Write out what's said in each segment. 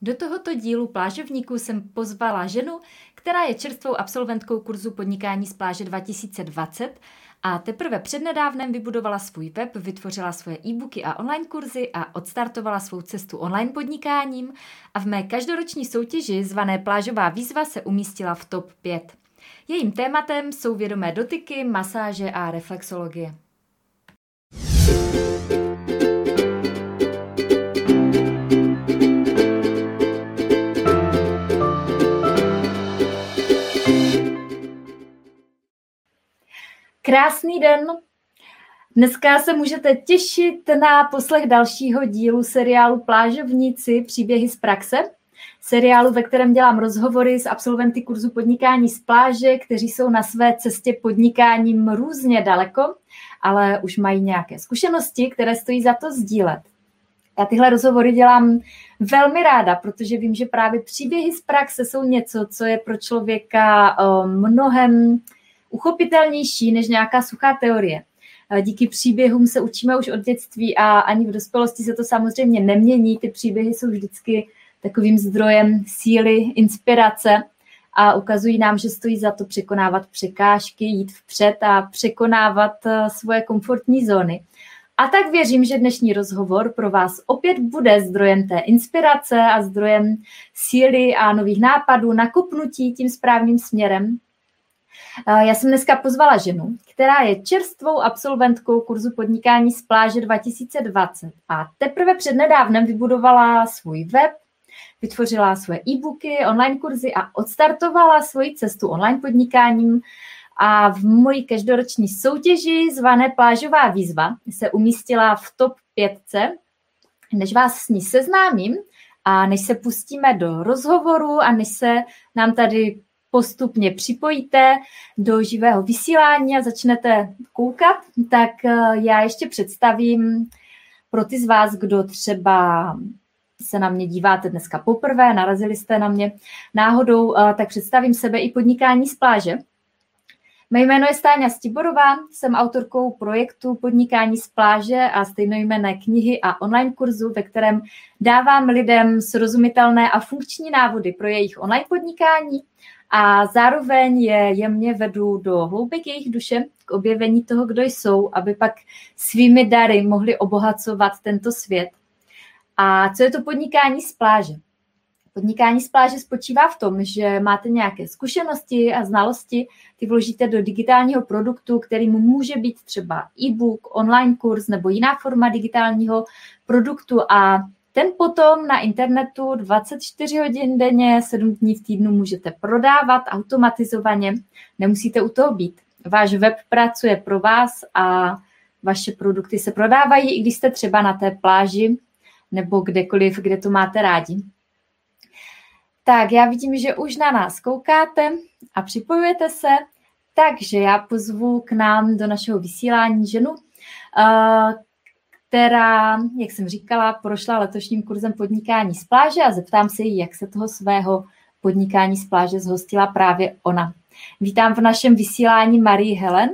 Do tohoto dílu Plážovníků jsem pozvala ženu, která je čerstvou absolventkou kurzu Podnikání z pláže 2020 a teprve přednedávnem vybudovala svůj web, vytvořila svoje e-booky a online kurzy a odstartovala svou cestu online podnikáním a v mé každoroční soutěži zvané Plážová výzva se umístila v top 5. Jejím tématem jsou vědomé dotyky, masáže a reflexologie. Krásný den! Dneska se můžete těšit na poslech dalšího dílu seriálu Plážovníci příběhy z praxe. Seriálu, ve kterém dělám rozhovory s absolventy kurzu Podnikání z pláže, kteří jsou na své cestě podnikáním různě daleko, ale už mají nějaké zkušenosti, které stojí za to sdílet. Já tyhle rozhovory dělám velmi ráda, protože vím, že právě příběhy z praxe jsou něco, co je pro člověka mnohem uchopitelnější než nějaká suchá teorie. Díky příběhům se učíme už od dětství a ani v dospělosti se to samozřejmě nemění. Ty příběhy jsou vždycky takovým zdrojem síly, inspirace a ukazují nám, že stojí za to překonávat překážky, jít vpřed a překonávat svoje komfortní zóny. A tak věřím, že dnešní rozhovor pro vás opět bude zdrojem té inspirace a zdrojem síly a nových nápadů, nakopnutí tím správným směrem. Já jsem dneska pozvala ženu, která je čerstvou absolventkou kurzu Podnikání z pláže 2020 a teprve přednedávnem vybudovala svůj web, vytvořila svoje e-booky, online kurzy a odstartovala svoji cestu online podnikáním a v mojí každoroční soutěži zvané Plážová výzva se umístila v top 5. Než vás s ní seznámím a než se pustíme do rozhovoru a než se nám tady postupně připojíte do živého vysílání a začnete koukat, tak já ještě představím pro ty z vás, kdo třeba se na mě díváte dneska poprvé, narazili jste na mě náhodou, tak představím sebe i Podnikání z pláže. Mé jméno je Stáňa Stiborová, jsem autorkou projektu Podnikání z pláže a stejnojmenné knihy a online kurzu, ve kterém dávám lidem srozumitelné a funkční návody pro jejich online podnikání a zároveň je jemně vedu do hloubek jejich duše k objevení toho, kdo jsou, aby pak svými dary mohli obohacovat tento svět. A co je to podnikání z pláže? Podnikání z pláže spočívá v tom, že máte nějaké zkušenosti a znalosti, ty vložíte do digitálního produktu, kterým může být třeba e-book, online kurz nebo jiná forma digitálního produktu a ten potom na internetu 24 hodin denně, 7 dní v týdnu můžete prodávat automatizovaně, nemusíte u toho být. Váš web pracuje pro vás a vaše produkty se prodávají, i když jste třeba na té pláži nebo kdekoliv, kde to máte rádi. Tak, já vidím, že už na nás koukáte a připojujete se, takže já pozvu k nám do našeho vysílání ženu, která, jak jsem říkala, prošla letošním kurzem Podnikání z pláže a zeptám se jí, jak se toho svého podnikání z pláže zhostila právě ona. Vítám v našem vysílání Marii Helen.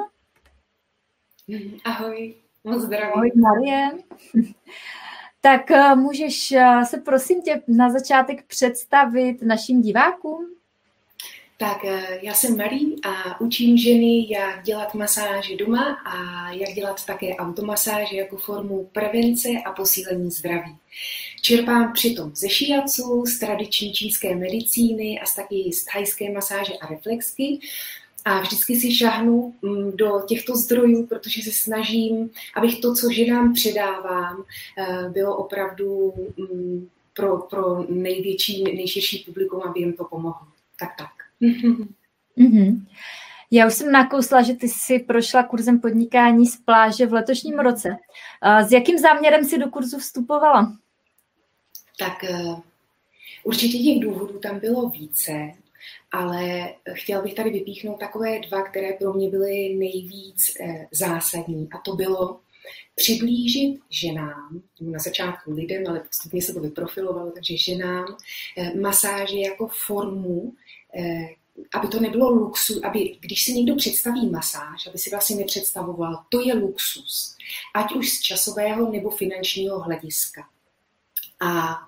Ahoj, moc zdravím. Ahoj Marie. Tak můžeš se prosím tě na začátek představit našim divákům? Tak já jsem Marie a učím ženy, jak dělat masáže doma a jak dělat také automasáže jako formu prevence a posílení zdraví. Čerpám přitom ze šiacu, z tradiční čínské medicíny a taky z thajské masáže a reflexky. A vždycky si šáhnu do těchto zdrojů, protože se snažím, abych to, co ženám předávám, bylo opravdu pro nejširší publikum, aby jim to pomohlo. Tak. Mm-hmm. Já už jsem nakousla, že ty jsi prošla kurzem Podnikání z pláže v letošním roce. S jakým záměrem jsi do kurzu vstupovala? Tak určitě těch důvodů tam bylo více, ale chtěla bych tady vypíchnout takové 2, které pro mě byly nejvíc zásadní. A to bylo přiblížit ženám, na začátku lidem, ale postupně se to vyprofilovalo, takže ženám masáže jako formu, aby to nebylo luxus, aby když si někdo představí masáž, aby si vlastně nepředstavoval, to je luxus, ať už z časového nebo finančního hlediska. A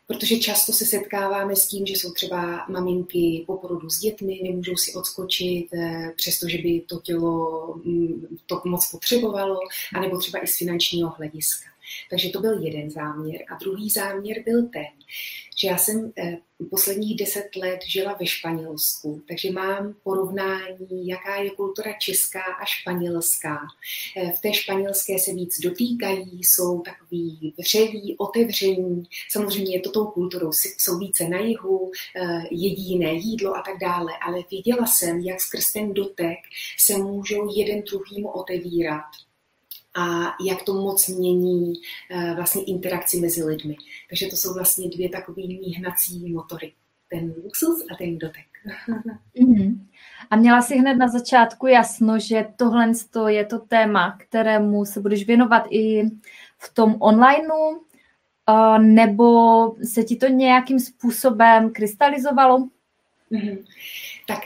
protože často se setkáváme s tím, že jsou třeba maminky po porodu s dětmi, nemůžou si odskočit, přestože by to tělo to moc potřebovalo, anebo třeba i z finančního hlediska. Takže to byl jeden záměr. A druhý záměr byl ten, že já jsem posledních 10 let žila ve Španělsku, takže mám porovnání, jaká je kultura česká a španělská. V té španělské se víc dotýkají, jsou takový vřelí, otevření. Samozřejmě je to tou kulturou, jsou více na jihu, jedí jiné jídlo a tak dále, ale viděla jsem, jak skrz ten dotek se můžou jeden druhýmu otevírat. A jak to moc mění vlastně interakci mezi lidmi. Takže to jsou vlastně 2 takový mý hnací motory. Ten luxus a ten dotek. Mm-hmm. A měla jsi hned na začátku jasno, že tohle je to téma, kterému se budeš věnovat i v tom onlineu, nebo se ti to nějakým způsobem krystalizovalo? Mm-hmm. Tak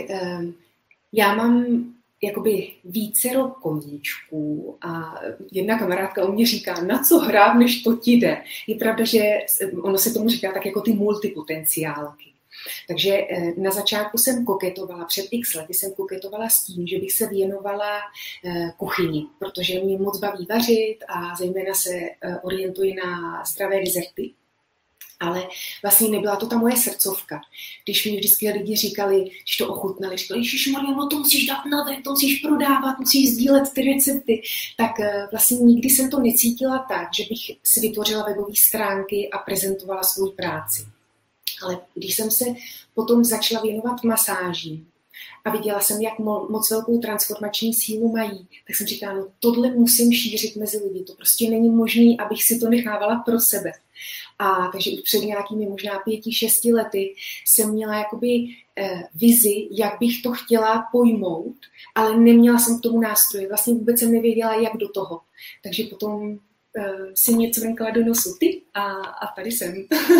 já mám jakoby vícero koníčků a jedna kamarádka o mě říká, na co hrát, než to ti jde. Je pravda, že ono se tomu říká tak jako ty multipotenciálky. Takže na začátku jsem koketovala, před x lety jsem koketovala s tím, že bych se věnovala kuchyni, protože mě moc baví vařit a zejména se orientuji na zdravé dezerty. Ale vlastně nebyla to ta moje srdcovka. Když mi vždycky lidi říkali, když to ochutnali, říkali, ježišmarja, no to musíš dát na web, to musíš prodávat, musíš sdílet ty recepty. Tak vlastně nikdy jsem to necítila tak, že bych si vytvořila webové stránky a prezentovala svou práci. Ale když jsem se potom začala věnovat masážím a viděla jsem, jak moc velkou transformační sílu mají, tak jsem říkala, no tohle musím šířit mezi lidi. To prostě není možné, abych si to nechávala pro sebe. A takže už před nějakými možná 5-6 lety jsem měla jakoby vizi, jak bych to chtěla pojmout, ale neměla jsem k tomu nástroje. Vlastně vůbec jsem nevěděla, jak do toho. Takže potom si něco vrnkala do nosu ty a tady jsem.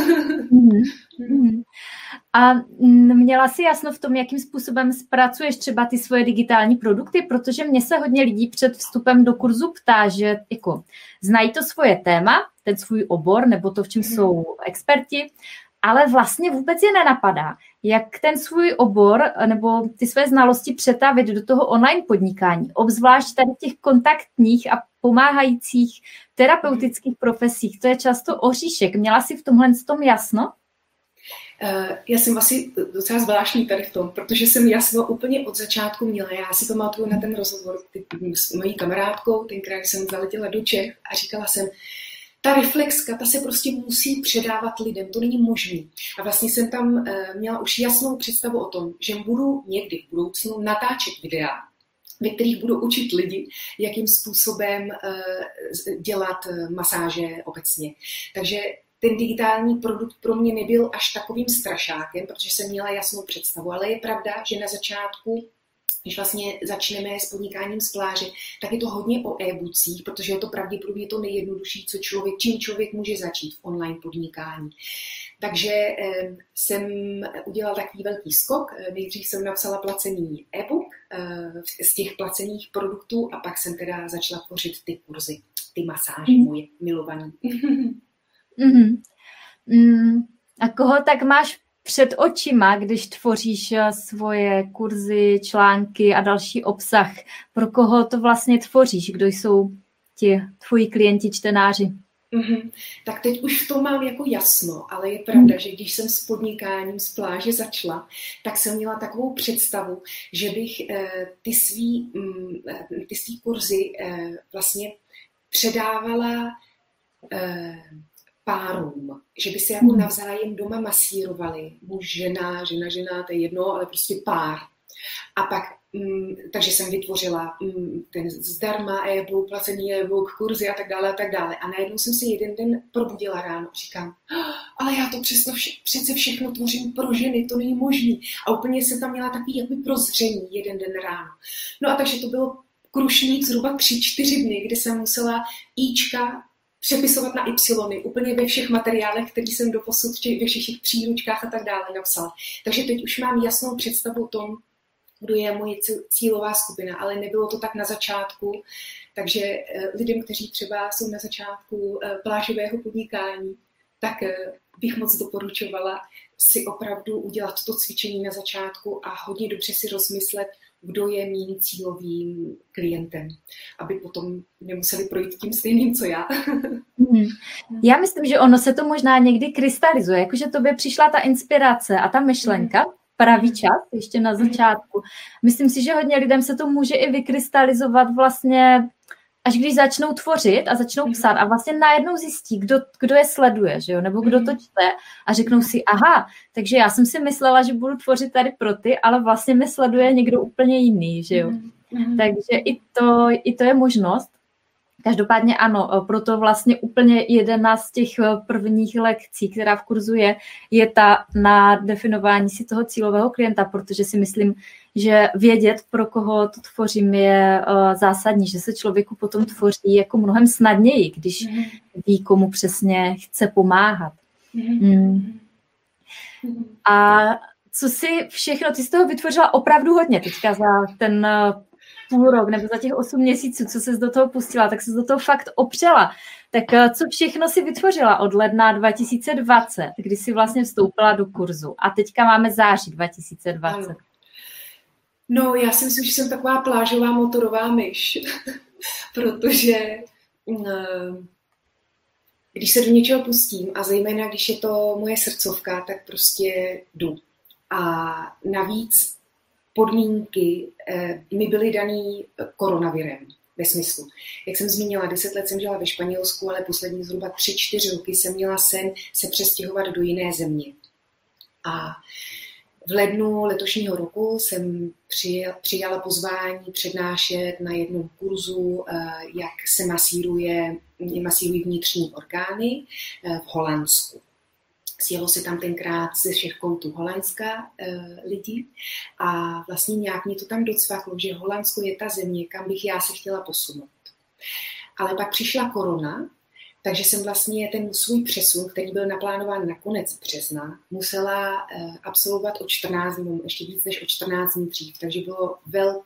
A měla jsi jasno v tom, jakým způsobem zpracuješ třeba ty svoje digitální produkty, protože mě se hodně lidí před vstupem do kurzu ptá, že jako znají to svoje téma, ten svůj obor, nebo to, v čem jsou experti, ale vlastně vůbec je nenapadá, jak ten svůj obor nebo ty své znalosti přetavit do toho online podnikání, obzvlášť tady těch kontaktních a pomáhajících terapeutických profesích. To je často oříšek. Měla jsi v tomhle tom jasno? Já jsem asi docela zvláštní tady v tom, protože jsem jasno úplně od začátku měla. Já si pamatuju na ten rozhovor s mojí kamarádkou, tenkrát jsem zaletěla do Čech a říkala jsem, ta reflexka, ta se prostě musí předávat lidem, to není možný. A vlastně jsem tam měla už jasnou představu o tom, že budu někdy v budoucnu natáčet videa, ve kterých budu učit lidi, jakým způsobem dělat masáže obecně. Takže ten digitální produkt pro mě nebyl až takovým strašákem, protože jsem měla jasnou představu, ale je pravda, že na začátku, když vlastně začneme s podnikáním z pláže, tak je to hodně o e-bookcích, protože je to pravděpodobně to nejjednodušší, čím člověk může začít v online podnikání. Takže jsem udělala takový velký skok. Nejdřív jsem napsala placený e-book z těch placených produktů a pak jsem teda začala tvořit ty kurzy, ty masáže moje milované. A koho tak máš před očima, když tvoříš svoje kurzy, články a další obsah? Pro koho to vlastně tvoříš? Kdo jsou ti tvoji klienti, čtenáři? Tak teď už v tom mám jako jasno, ale je pravda, že když jsem s podnikáním z pláže začala, tak jsem měla takovou představu, že bych ty svý kurzy vlastně předávala párům, že by se jako navzájem doma masírovali, muž, žena, to je jedno, ale prostě pár. A pak, takže jsem vytvořila ten zdarma e-book, placený e-book, kurzy a tak dále. A najednou jsem si jeden den probudila ráno a říkám, ale já to přece všechno tvořím pro ženy, to není možný. A úplně jsem tam měla takový jakoby prozření jeden den ráno. No a takže to bylo krušník zhruba 3-4 dny, kdy jsem musela íčka přepisovat na Y, úplně ve všech materiálech, který jsem doposud, ve všech příručkách a tak dále napsala. Takže teď už mám jasnou představu o tom, kdo je moje cílová skupina, ale nebylo to tak na začátku, takže lidem, kteří třeba jsou na začátku plážového podnikání, tak bych moc doporučovala si opravdu udělat to cvičení na začátku a hodně dobře si rozmyslet, kdo je mým cílovým klientem, aby potom nemuseli projít tím stejným, co já. Já myslím, že ono se to možná někdy krystalizuje, jakože tobě přišla ta inspirace a ta myšlenka, pravý čas, ještě na začátku. Myslím si, že hodně lidem se to může i vykrystalizovat vlastně, až když začnou tvořit a začnou psát a vlastně najednou zjistí, kdo je sleduje, že jo? Nebo kdo to čte a řeknou si, aha, takže já jsem si myslela, že budu tvořit tady pro ty, ale vlastně mě sleduje někdo úplně jiný, že jo? Takže i to je možnost. Každopádně ano, proto vlastně úplně jedna z těch prvních lekcí, která v kurzu je ta na definování si toho cílového klienta, protože si myslím, že vědět, pro koho to tvořím, je zásadní, že se člověku potom tvoří jako mnohem snadněji, když ví, komu přesně chce pomáhat. A co si všechno, ty jsi toho vytvořila opravdu hodně teďka za ten půl rok nebo za těch 8 měsíců, co ses do toho pustila, tak ses do toho fakt opřela. Tak co všechno si vytvořila od ledna 2020, kdy jsi vlastně vstoupila do kurzu a teďka máme září 2020. Ano. No, já si myslím, že jsem taková plážová motorová myš, protože když se do něčeho pustím a zejména, když je to moje srdcovka, tak prostě jdu. A navíc podmínky mi byly daný koronavirem, ve smyslu. Jak jsem zmínila, 10 let jsem žila ve Španělsku, ale poslední zhruba 3-4 roky jsem měla sen se přestěhovat do jiné země. A v lednu letošního roku jsem přijala pozvání přednášet na jednom kurzu, jak se masírují vnitřní orgány v Holandsku. Sjelo se tam tenkrát ze všech koutů Holandska lidi a vlastně nějak mě to tam docvaklo, že Holandsko je ta země, kam bych já se chtěla posunout. Ale pak přišla korona, takže jsem vlastně ten svůj přesun, který byl naplánován na konec března, musela absolvovat o 14 dní, ještě víc než o 14 dní dřív, takže bylo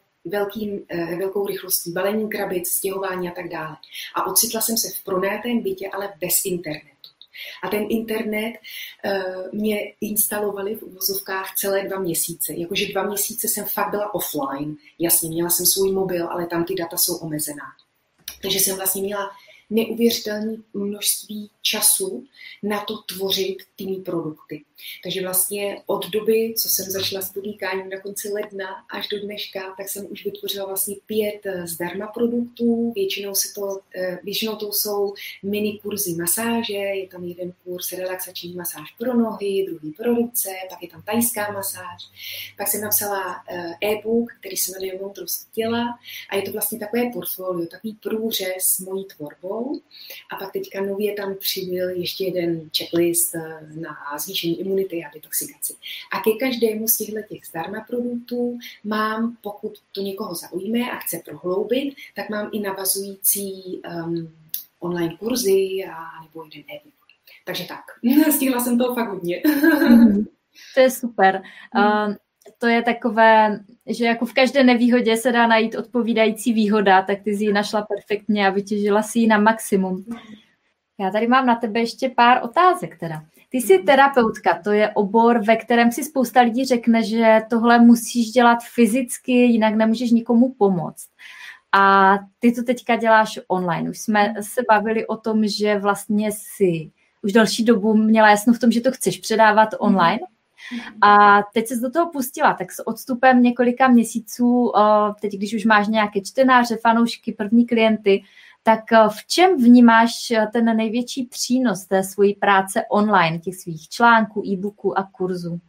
velkou rychlostí balení krabic, stěhování a tak dále. A ocitla jsem se v pronajatém bytě, ale bez internetu. A ten internet mě instalovali v uvozovkách celé 2 měsíce. Jakože 2 měsíce jsem fakt byla offline. Jasně, měla jsem svůj mobil, ale tam ty data jsou omezená. Takže jsem vlastně měla neuvěřitelné množství času na to tvořit ty produkty. Takže vlastně od doby, co jsem začala s podnikáním na konci ledna až do dneška, tak jsem už vytvořila vlastně 5 zdarma produktů. Většinou to jsou mini kurzy masáže, je tam jeden kurz relaxační masáž pro nohy, druhý pro ruce, pak je tam thajská masáž. Pak jsem napsala e-book, který se jmenuje Moudrost těla a je to vlastně takové portfolio, takový průřez mojí tvorbou. A pak teďka nově tam přibyl ještě jeden checklist na zvýšení imunity a detoxikaci. A ke každému z těch zdarma produktů mám, pokud to někoho zaujme a chce prohloubit, tak mám i navazující online kurzy a nebo jeden e-book. Takže tak, stihla jsem toho fakt hodně. To je super. To je takové, že jako v každé nevýhodě se dá najít odpovídající výhoda, tak ty jsi ji našla perfektně a vytěžila si ji na maximum. Já tady mám na tebe ještě pár otázek teda. Ty jsi terapeutka, to je obor, ve kterém si spousta lidí řekne, že tohle musíš dělat fyzicky, jinak nemůžeš nikomu pomoct. A ty to teďka děláš online. Už jsme se bavili o tom, že vlastně si už další dobu měla jasno v tom, že to chceš předávat online. A teď ses do toho pustila, tak s odstupem několika měsíců, teď když už máš nějaké čtenáře, fanoušky, první klienty, tak v čem vnímáš ten největší přínos té svojí práce online, těch svých článků, e-booků a kurzů?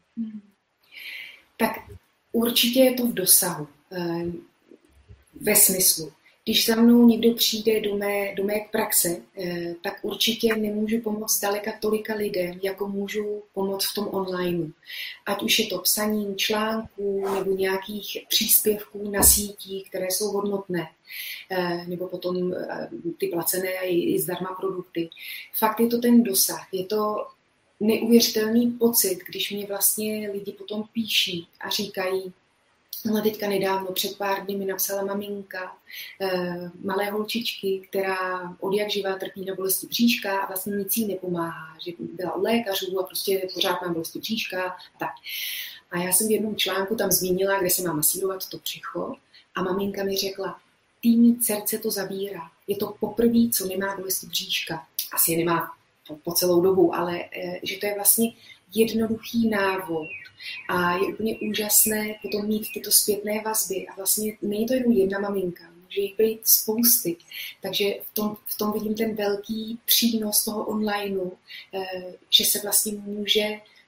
Tak určitě je to v dosahu, ve smyslu. Když za mnou někdo přijde do mé praxe, tak určitě nemůžu pomoct daleka tolika lidem, jako můžu pomoct v tom online. Ať už je to psaním článků nebo nějakých příspěvků na sítích, které jsou hodnotné, nebo potom ty placené i zdarma produkty. Fakt je to ten dosah, je to neuvěřitelný pocit, když mě vlastně lidi potom píší a říkají, Ale teďka nedávno, před pár dny mi napsala maminka malé holčičky, která od jak živá trpí na bolesti bříška a vlastně nic jí nepomáhá, že byla u lékařů a prostě pořád má bolesti bříška a tak. A já jsem v jednom článku tam zmínila, kde se má masírovat to břicho a maminka mi řekla, ty mít srdce to zabírá. Je to poprvé, co nemá bolesti bříška. Asi je nemá po celou dobu, ale že to je vlastně jednoduchý návod a je úplně úžasné potom mít tyto zpětné vazby a vlastně není to jenom jedna maminka, může jich být spousty, takže v tom vidím ten velký přínos toho onlineu, že se vlastně může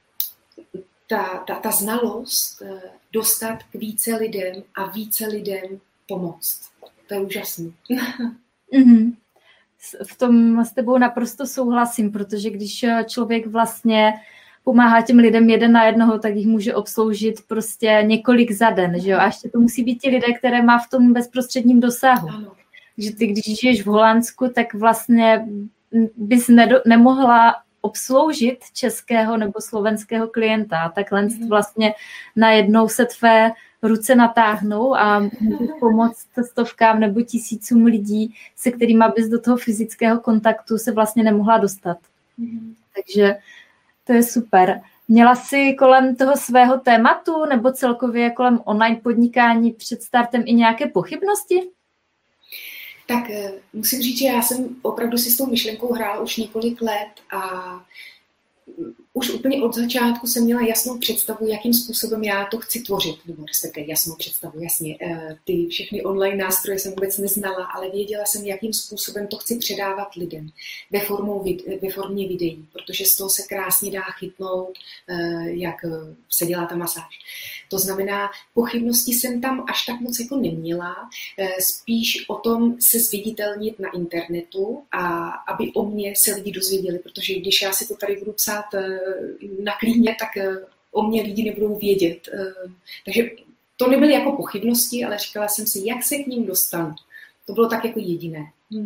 ta znalost dostat k více lidem a více lidem pomoct. To je úžasné. Mm-hmm. V tom s tebou naprosto souhlasím, protože když člověk vlastně pomáhá těm lidem jeden na jednoho, tak jich může obsloužit prostě několik za den, že jo? A ještě to musí být ti lidé, které má v tom bezprostředním dosahu. Ano. Takže ty, když žiješ v Holandsku, tak vlastně bys nemohla obsloužit českého nebo slovenského klienta. Takhle vlastně najednou se tvé ruce natáhnou a můžeš pomoct stovkám nebo tisícům lidí, se kterými bys do toho fyzického kontaktu se vlastně nemohla dostat. Takže to je super. Měla jsi kolem toho svého tématu nebo celkově kolem online podnikání před startem i nějaké pochybnosti? Tak musím říct, že já jsem opravdu si s tou myšlenkou hrála už několik let a už úplně od začátku jsem měla jasnou představu, jakým způsobem já to chci tvořit, nebo respektive jasnou představu, jasně. Ty všechny online nástroje jsem vůbec neznala, ale věděla jsem, jakým způsobem to chci předávat lidem ve formě videí, protože z toho se krásně dá chytnout, jak se dělá ta masáž. To znamená, pochybnosti jsem tam až tak moc jako neměla, spíš o tom se zviditelnit na internetu a aby o mě se lidi dozvěděli, protože když já si to tady budu psát na klíně, tak o mě lidi nebudou vědět. Takže to nebyly jako pochybnosti, ale říkala jsem si, jak se k ním dostanu. To bylo tak jako jediné.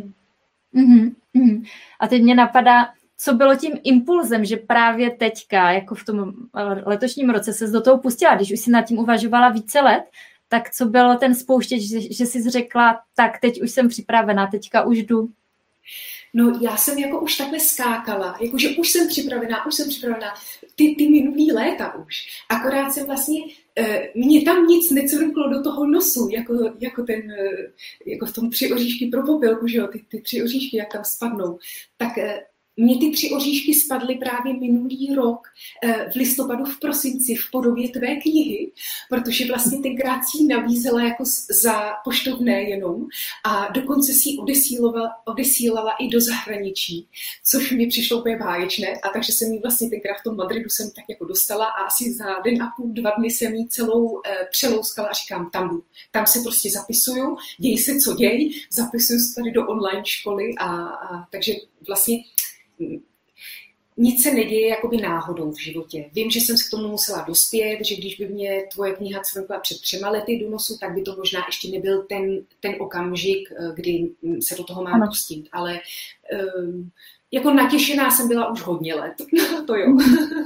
A teď mě napadá, co bylo tím impulzem, že právě teďka, jako v tom letošním roce se do toho pustila, když už si nad tím uvažovala více let, tak co bylo ten spouštěč, že jsi řekla, tak teď už jsem připravená, teďka už jdu. No já jsem jako už takhle skákala, jakože už jsem připravená, ty minulý léta už. Akorát jsem vlastně, mě tam nic necvrklo do toho nosu, jako v tom 3 oříšky pro popelku, že jo, ty 3 oříšky, jak tam spadnou. Tak mně ty 3 oříšky spadly právě minulý rok v listopadu, v prosinci v podobě tvé knihy, protože vlastně tenkrát si ji nabízela jako za poštovné jenom a dokonce si ji odesílala i do zahraničí, což mi přišlo úplně báječné a takže jsem ji vlastně tenkrát v tom Madridu jsem tak jako dostala a asi za den a půl, 2 dny jsem ji celou přelouskala a říkám, tam jdu. Tam se prostě zapisuju, děj se co děj, zapisuju se tady do online školy a takže vlastně nic se neděje jakoby náhodou v životě. Vím, že jsem se k tomu musela dospět, že když by mě tvoje kniha cvrkla před 3 lety do nosu, tak by to možná ještě nebyl ten okamžik, kdy se do toho mám pustit. Ale jako natěšená jsem byla už hodně let. To jo.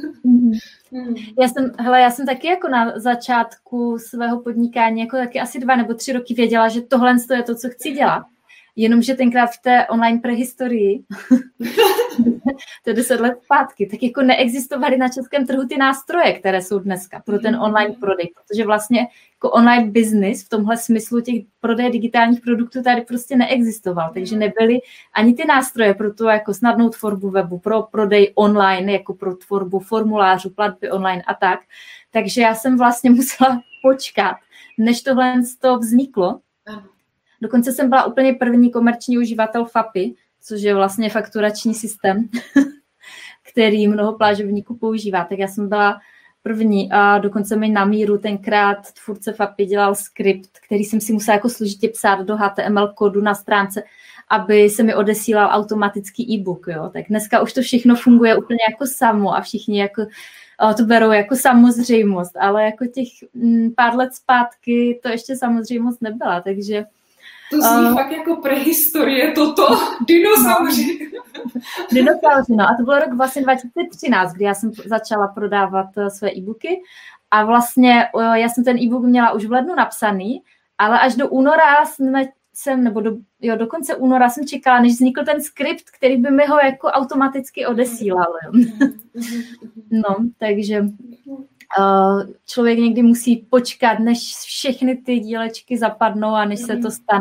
Já jsem taky jako na začátku svého podnikání jako taky asi 2 nebo 3 roky věděla, že tohle je to, co chci dělat. Jenomže tenkrát v té online prehistorii, to je 10 let zpátky, tak jako neexistovaly na českém trhu ty nástroje, které jsou dneska pro ten online prodej, protože vlastně jako online business v tomhle smyslu těch prodeje digitálních produktů tady prostě neexistoval, takže nebyly ani ty nástroje pro tu jako snadnou tvorbu webu, pro prodej online, jako pro tvorbu formulářů, platby online a tak. Takže já jsem vlastně musela počkat, než tohle vzniklo. Dokonce jsem byla úplně první komerční uživatel FAPy, což je vlastně fakturační systém, který mnoho plážovníků používá. Tak já jsem byla první a dokonce mi na míru tenkrát tvůrce FAPy dělal skript, který jsem si musela jako složitě psát do HTML kódu na stránce, aby se mi odesílal automatický e-book. Jo. Tak dneska už to všechno funguje úplně jako samo a všichni jako to berou jako samozřejmost, ale jako těch pár let zpátky to ještě samozřejmost nebyla, takže to zní fakt jako prehistorie toto, dinosauři. Dinosauři, no. A to byl rok vlastně 2013, kdy já jsem začala prodávat své e-booky A vlastně já jsem ten e-book měla už v lednu napsaný, ale až do února do konce února jsem čekala, než vznikl ten skript, který by mi ho jako automaticky odesílal. No, takže člověk někdy musí počkat, než všechny ty dílečky zapadnou a než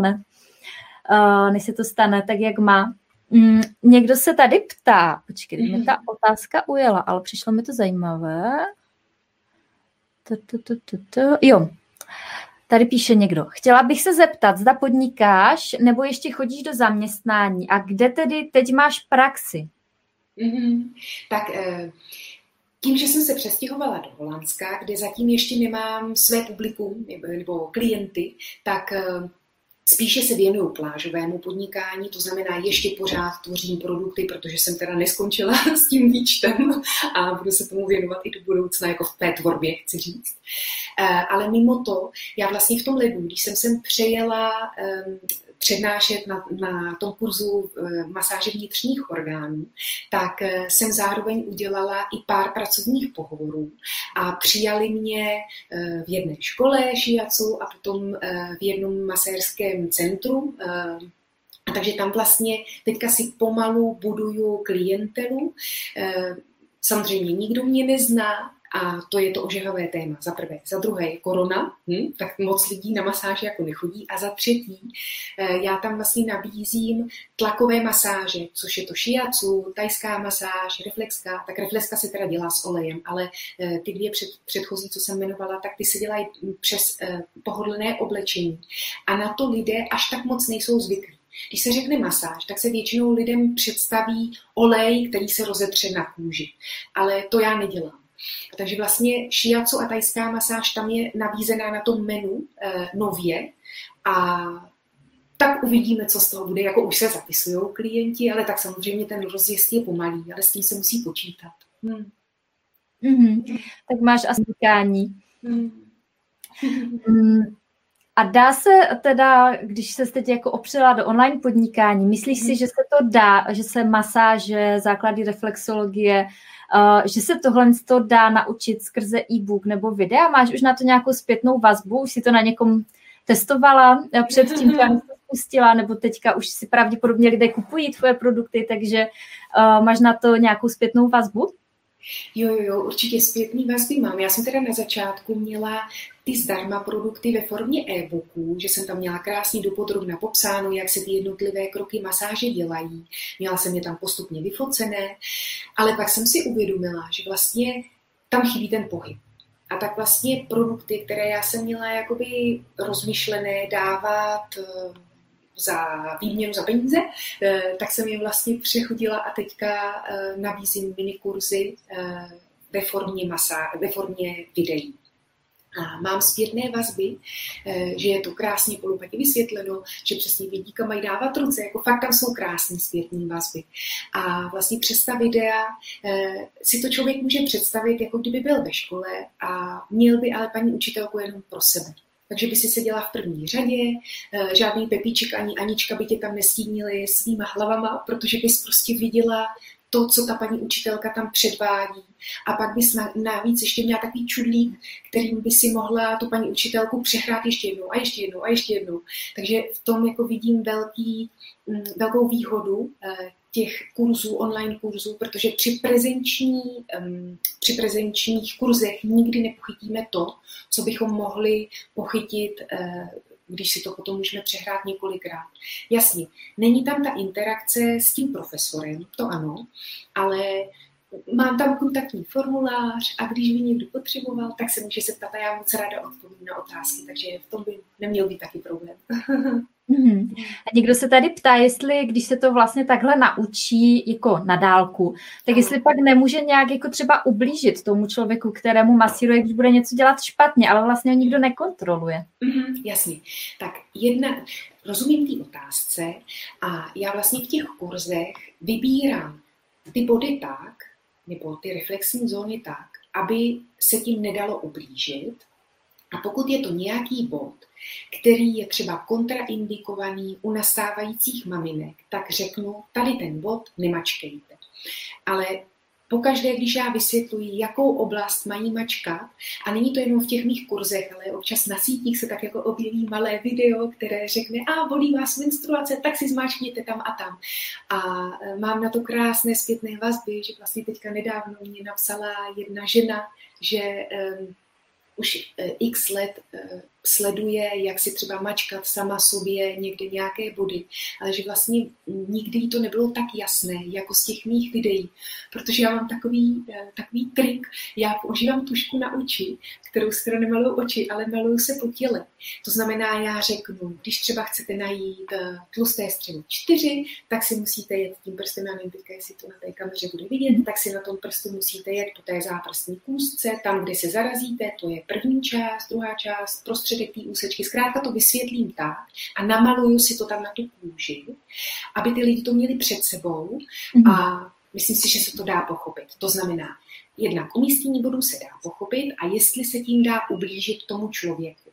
se to stane tak, jak má. Někdo se tady ptá, počkej, mi ta otázka ujela, ale přišlo mi to zajímavé. Jo, tady píše někdo. Chtěla bych se zeptat, zda podnikáš nebo ještě chodíš do zaměstnání a kde tedy teď máš praxi? Tak tím, že jsem se přestěhovala do Holandska, kde zatím ještě nemám své publikum nebo klienty, tak spíše se věnuju plážovému podnikání, to znamená ještě pořád tvořím produkty, protože jsem teda neskončila s tím výčtem a budu se tomu věnovat i do budoucna, jako v té tvorbě, chci říct. Ale mimo to, já vlastně v tom lednu, když jsem sem přejela přednášet na tom kurzu masáže vnitřních orgánů, tak jsem zároveň udělala i pár pracovních pohovorů a přijali mě v jedné škole šiacu a potom v jednom masérském centru. Takže tam vlastně teďka si pomalu buduju klientelu. Samozřejmě nikdo mě nezná, a to je to ožehavé téma, za prvé. Za druhé je korona, tak moc lidí na masáže jako nechodí. A za třetí, já tam vlastně nabízím tlakové masáže, což je to shiatsu, tajská masáž, reflexka. Tak reflexka se teda dělá s olejem, ale ty dvě předchozí, co jsem jmenovala, tak ty se dělají přes pohodlné oblečení. A na to lidé až tak moc nejsou zvyklí. Když se řekne masáž, tak se většinou lidem představí olej, který se rozetře na kůži. Ale to já nedělám. Takže vlastně shiatsu a tajská masáž tam je nabízená na tom menu nově a tak uvidíme, co z toho bude. Jako už se zapisují klienti, ale tak samozřejmě ten rozjezd je pomalý, ale s tím se musí počítat. Tak máš asi podnikání. A dá se teda, když se teď jako opřela do online podnikání, myslíš si, že se to dá, že se masáže, základy reflexologie, že se tohle dá naučit skrze e-book nebo videa? Máš už na to nějakou zpětnou vazbu? Už si to na někom testovala předtím, když jsi spustila, nebo teďka už si pravděpodobně lidé kupují tvoje produkty, takže máš na to nějakou zpětnou vazbu? Jo, určitě zpětný vazby mám. Já jsem teda na začátku měla ty zdarma produkty ve formě e-booků, že jsem tam měla krásně dopodrobna popsáno, jak se ty jednotlivé kroky masáže dělají. Měla jsem je tam postupně vyfocené, ale pak jsem si uvědomila, že vlastně tam chybí ten pohyb. A tak vlastně produkty, které já jsem měla jakoby rozmyšlené dávat za výměnu za peníze, tak jsem je vlastně přechodila a teďka nabízím minikurzy ve formě videí. A mám zpětné vazby, že je to krásně polopatě vysvětleno, že přesně vědí, kam mají dávat ruce, jako fakt tam jsou krásné zpětné vazby. A vlastně přes ta videa si to člověk může představit, jako kdyby byl ve škole a měl by ale paní učitelku jenom pro sebe. Takže by si seděla v první řadě, žádný Pepíček ani Anička by tě tam nestínili svýma hlavama, protože bys prostě viděla to, co ta paní učitelka tam předvádí. A pak bys navíc ještě měla takový čudlík, kterým by si mohla tu paní učitelku přehrát ještě jednou a ještě jednou a ještě jednou. Takže v tom jako vidím velkou výhodu těch kurzů, online kurzů, protože při prezenčních kurzech nikdy nepochytíme to, co bychom mohli pochytit, když si to potom můžeme přehrát několikrát. Jasně, není tam ta interakce s tím profesorem, to ano, ale mám tam kontaktní formulář a když by někdo potřeboval, tak se může se ptat a já moc ráda odpovím na otázky, takže v tom by neměl být taky problém. A někdo se tady ptá, jestli, když se to vlastně takhle naučí jako na dálku, tak jestli pak nemůže nějak jako třeba ublížit tomu člověku, kterému masíruje, když bude něco dělat špatně, ale vlastně ho nikdo nekontroluje. Jasně. Tak rozumím té otázce a já vlastně v těch kurzech vybírám ty body tak, nebo ty reflexní zóny tak, aby se tím nedalo ublížit. A pokud je to nějaký bod, který je třeba kontraindikovaný u nastávajících maminek, tak řeknu, tady ten bod nemačkejte. Ale pokaždé, když já vysvětluji, jakou oblast mají mačkat, a není to jenom v těch mých kurzech, ale občas na sítích se tak jako objeví malé video, které řekne, bolí vás menstruace, tak si zmáčkněte tam a tam. A mám na to krásné zpětné vazby, že vlastně teďka nedávno mě napsala jedna žena, že už x let sleduje, jak si třeba mačkat sama sobě někde nějaké body, ale že vlastně nikdy jí to nebylo tak jasné, jako z těch mých videí, protože já mám takový trik, já používám tušku na oči, kterou si teda nemaluju oči, ale maluju se po těle. To znamená, já řeknu, když třeba chcete najít tlusté střevo 4, tak si musíte jet tím prstem, já nevím teďka, jestli to na té kameře bude vidět, tak si na tom prstu musíte jet po té záprstní kůstce, tam, kde se zarazíte, to je první část, druhá část, prostředek té úsečky. Zkrátka to vysvětlím tak a namaluju si to tam na tu kůži, aby ty lidi to měli před sebou a myslím si, že se to dá pochopit. To znamená, jednak umístění bodů se dá pochopit a jestli se tím dá ublížit tomu člověku.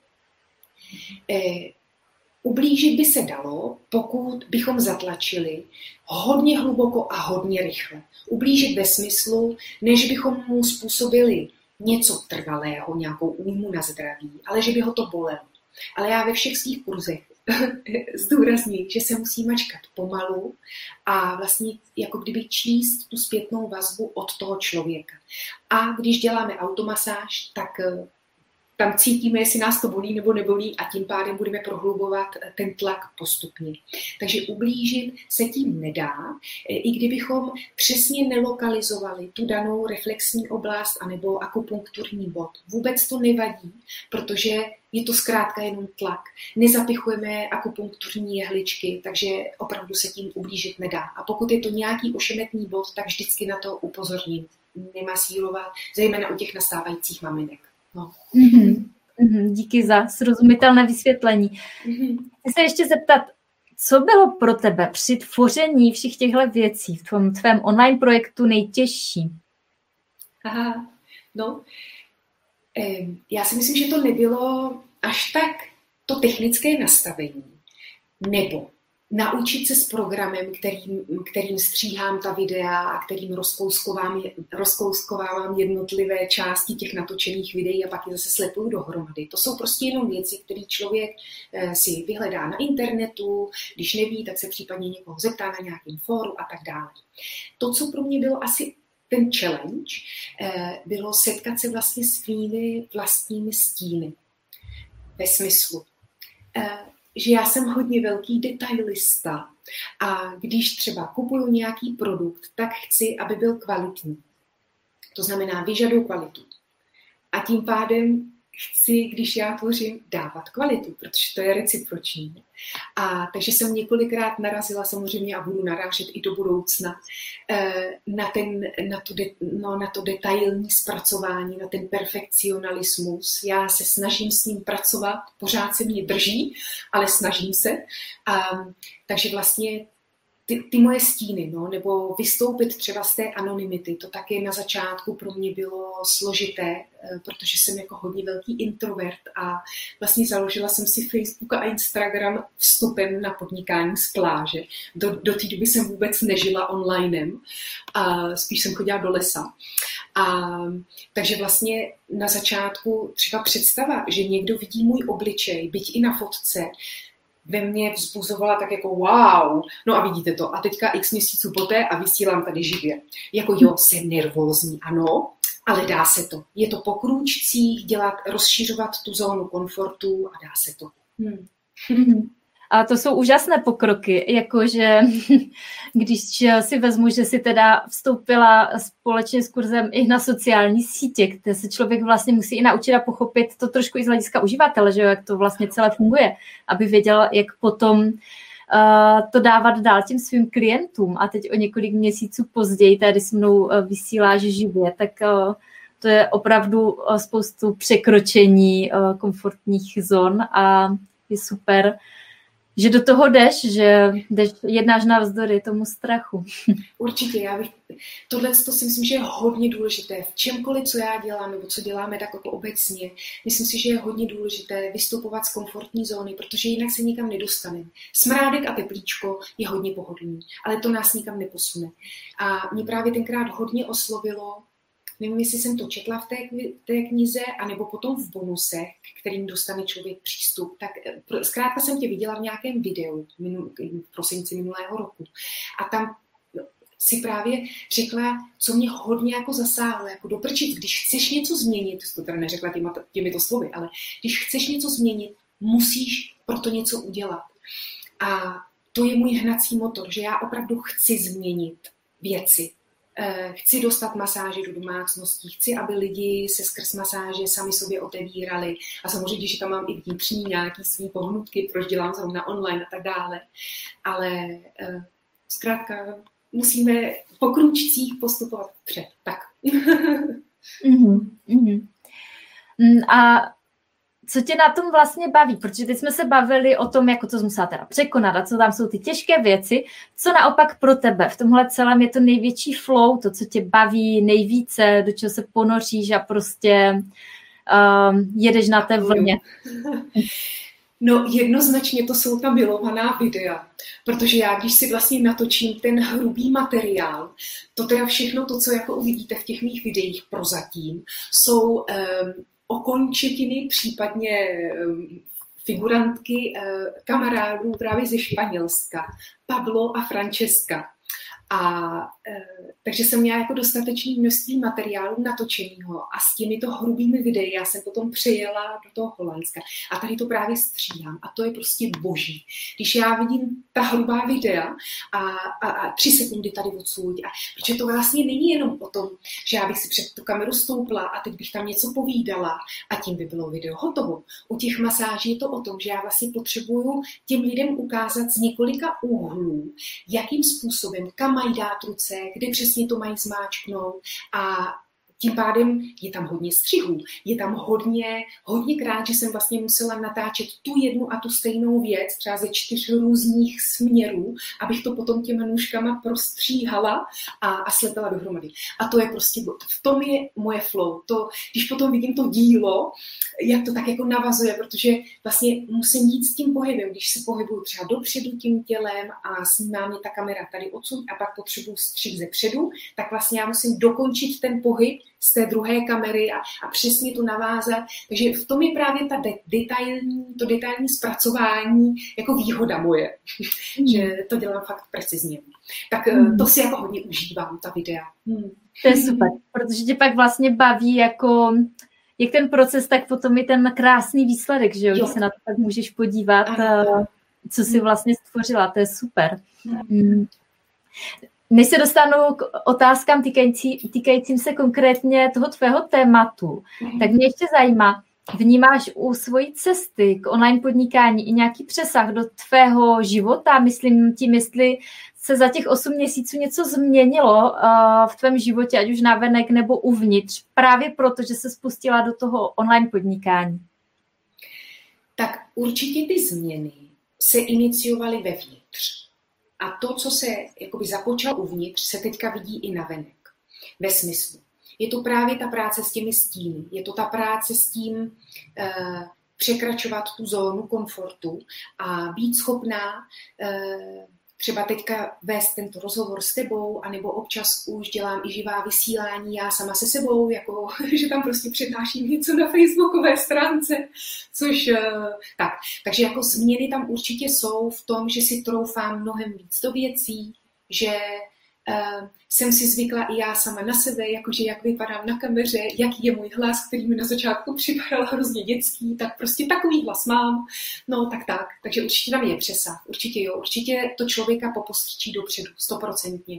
Ublížit by se dalo, pokud bychom zatlačili hodně hluboko a hodně rychle. Ublížit ve smyslu, než bychom mu způsobili něco trvalého, nějakou újmu na zdraví, ale že by ho to bolelo. Ale já ve všech svých kurzech zdůrazním, že se musí mačkat pomalu a vlastně jako kdyby číst tu zpětnou vazbu od toho člověka. A když děláme automasáž, tak tam cítíme, jestli nás to bolí nebo nebolí a tím pádem budeme prohlubovat ten tlak postupně. Takže ublížit se tím nedá, i kdybychom přesně nelokalizovali tu danou reflexní oblast anebo akupunkturní bod. Vůbec to nevadí, protože je to zkrátka jenom tlak. Nezapichujeme akupunkturní jehličky, takže opravdu se tím ublížit nedá. A pokud je to nějaký ošemetný bod, tak vždycky na to upozorním. Nemasírovat, zejména u těch nastávajících maminek. No. Díky za srozumitelné vysvětlení. Chci se ještě zeptat, co bylo pro tebe při tvoření všech těchto věcí v tom tvém online projektu nejtěžší? Já si myslím, že to nebylo až tak to technické nastavení, nebo naučit se s programem, kterým stříhám ta videa a kterým rozkouskovávám jednotlivé části těch natočených videí a pak je zase slepuju dohromady. To jsou prostě jenom věci, které člověk si vyhledá na internetu, když neví, tak se případně někoho zeptá na nějakém fóru a tak dále. To, co pro mě bylo asi ten challenge, bylo setkat se vlastně s svými vlastními stíny. Ve smyslu, že já jsem hodně velký detailista a když třeba kupuju nějaký produkt, tak chci, aby byl kvalitní. To znamená, vyžaduju kvalitu. A tím pádem chci, když já tvořím, dávat kvalitu, protože to je reciproční. A takže jsem několikrát narazila samozřejmě a budu narážet i do budoucna na to detailní zpracování, na ten perfekcionalismus. Já se snažím s ním pracovat, pořád se mě drží, ale snažím se. Takže vlastně ty moje stíny, nebo vystoupit třeba z té anonymity, to taky na začátku pro mě bylo složité, protože jsem jako hodně velký introvert a vlastně založila jsem si Facebook a Instagram vstupem na podnikání z pláže. Do té doby jsem vůbec nežila onlinem a spíš jsem chodila do lesa. Takže vlastně na začátku třeba představa, že někdo vidí můj obličej, byť i na fotce, ve mně vzbuzovala tak jako wow, no a vidíte to. A teďka x měsíců poté a vysílám tady živě. Jako jo, jsem nervózní, ano, ale dá se to. Je to po krůčcích rozšiřovat tu zónu komfortu a dá se to. A to jsou úžasné pokroky, jakože když si vezmu, že si teda vstoupila společně s kurzem i na sociální sítě, kde se člověk vlastně musí i naučit a pochopit to trošku i z hlediska uživatele, že jo, jak to vlastně celé funguje, aby věděl, jak potom to dávat dál těm svým klientům. A teď o několik měsíců později, tady s mnou vysíláš živě, tak to je opravdu spoustu překročení komfortních zón a je super, že do toho jdeš, jednáš navzdory tomu strachu. Určitě, tohle to si myslím, že je hodně důležité. V čemkoliv, co já dělám, nebo co děláme tak jako obecně, myslím si, že je hodně důležité vystupovat z komfortní zóny, protože jinak se nikam nedostaneme. Smrádek a teplíčko je hodně pohodlný, ale to nás nikam neposune. A mě právě tenkrát hodně oslovilo, nevím, jestli jsem to četla v té knize, anebo potom v bonusech, kterým dostane člověk přístup. Tak zkrátka jsem tě viděla v nějakém videu v prosinci minulého roku. A tam si právě řekla, co mě hodně jako zasáhlo, jako doprčit, když chceš něco změnit, to teda neřekla těmito slovy, ale když chceš něco změnit, musíš proto něco udělat. A to je můj hnací motor, že já opravdu chci změnit věci. Chci dostat masáže do domácností, chci, aby lidi se skrz masáže sami sobě otevírali a samozřejmě, že tam mám i vnitřní nějaký svý pohnutky, proč dělám zrovna online a tak dále. Ale zkrátka musíme po krůčcích postupovat vpřed. Tak. A co tě na tom vlastně baví? Protože teď jsme se bavili o tom, jako to musela teda překonat a co tam jsou ty těžké věci. Co naopak pro tebe v tomhle celém je to největší flow, to, co tě baví nejvíce, do čeho se ponoříš a prostě jedeš na té vlně? No jednoznačně to jsou ta milovaná videa, protože já, když si vlastně natočím ten hrubý materiál, to teda všechno to, co jako uvidíte v těch mých videích prozatím, jsou okončetiny, případně figurantky kamarádů právě ze Španělska, Pablo a Francesca. Takže jsem měla jako dostatečné množství materiálu natočeného a s těmito hrubými videi já jsem potom přejela do toho Holandska a tady to právě stříhám a to je prostě boží. Když já vidím ta hrubá videa a 3 sekundy tady odsud, protože to vlastně není jenom o tom, že já bych si před tu kameru stoupla a teď bych tam něco povídala a tím by bylo video hotovo. U těch masáží je to o tom, že já vlastně potřebuju těm lidem ukázat z několika úhlů, jakým způsobem, kam mají dát ruce, kde přesně to mají zmáčknout a tím pádem je tam hodně střihů, je tam hodněkrát, že jsem vlastně musela natáčet tu jednu a tu stejnou věc, třeba ze 4 různých směrů, abych to potom těma nůžkama prostříhala a slepila dohromady. A to je prostě, v tom je moje flow. To, když potom vidím to dílo, jak to tak jako navazuje, protože vlastně musím jít s tím pohybem, když se pohybuju třeba dopředu tím tělem a snímá mě ta kamera tady odsud a pak potřebuju střih ze předu, tak vlastně já musím dokončit ten pohyb z té druhé kamery a přesně to navázat. Takže v tom je právě to detailní zpracování jako výhoda moje, že to dělám fakt precizně. Tak to si jako hodně užívám, ta videa. To je super, protože tě pak vlastně baví jako jak ten proces, tak potom je ten krásný výsledek, že jo? Když se na to tak můžeš podívat, co jsi vlastně stvořila, to je super. Než se dostanu k otázkám týkajícím se konkrétně toho tvého tématu, tak mě ještě zajímá, vnímáš u svojí cesty k online podnikání i nějaký přesah do tvého života? Myslím tím, jestli se za těch 8 měsíců něco změnilo v tvém životě, ať už navenek nebo uvnitř, právě proto, že se spustila do toho online podnikání? Tak určitě ty změny se iniciovaly vevnitř. A to, co se jakoby započalo uvnitř, se teďka vidí i navenek. Ve smyslu. Je to právě ta práce s těmi stíny. Je to ta práce s tím překračovat tu zónu komfortu a být schopná třeba teďka vést tento rozhovor s tebou, anebo občas už dělám i živá vysílání já sama se sebou, jako že tam prostě přednáším něco na facebookové stránce, což tak. Takže jako změny tam určitě jsou v tom, že si troufám mnohem víc do věcí, že jsem si zvykla i já sama na sebe, jakože jak vypadám na kameře, jaký je můj hlas, který mi na začátku připadal hrozně dětský, tak prostě takový hlas mám. No tak. Takže určitě tam je přesah. Určitě jo. Určitě to člověka popostrčí dopředu. 100%.